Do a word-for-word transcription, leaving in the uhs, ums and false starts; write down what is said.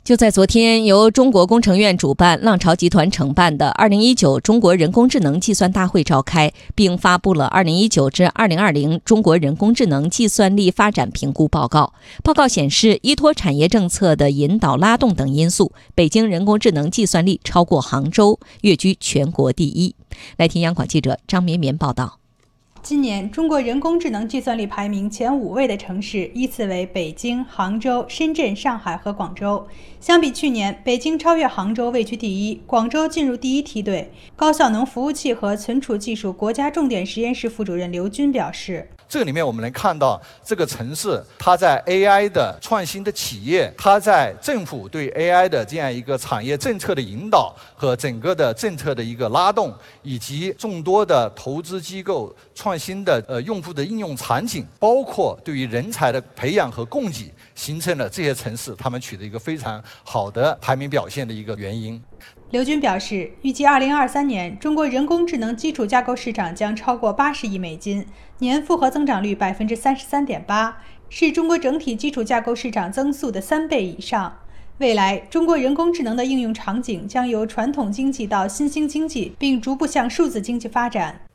就在昨天，由中国工程院主办、浪潮集团承办的二零一九中国人工智能计算大会召开，并发布了二零一九至二零二零中国人工智能计算力发展评估报告。报告显示，依托产业政策的引导拉动等因素，北京人工智能计算力超过杭州，跃居全国第一。来听央广记者张绵绵报道。 今年中国人工智能计算力排名前五位的城市依次为北京、杭州、深圳、上海和广州。相比去年，北京超越杭州位居第一，广州进入第一梯队。高效能服务器和存储技术国家重点实验室副主任刘军表示， 这个里面我们能看到，这个城市它在 A I 的创新的企业，它在政府对 A I 的这样一个产业政策的引导和整个的政策的一个拉动，以及众多的投资机构创新的呃用户的应用场景，包括对于人才的培养和供给，形成了这些城市他们取得一个非常好的排名表现的一个原因。 刘军表示，预计二零二三年中国人工智能基础架构市场将超过八十亿美金，年复合增长率百分之三十三点八，是中国整体基础架构市场增速的三倍以上。未来，中国人工智能的应用场景将由传统经济到新兴经济，并逐步向数字经济发展。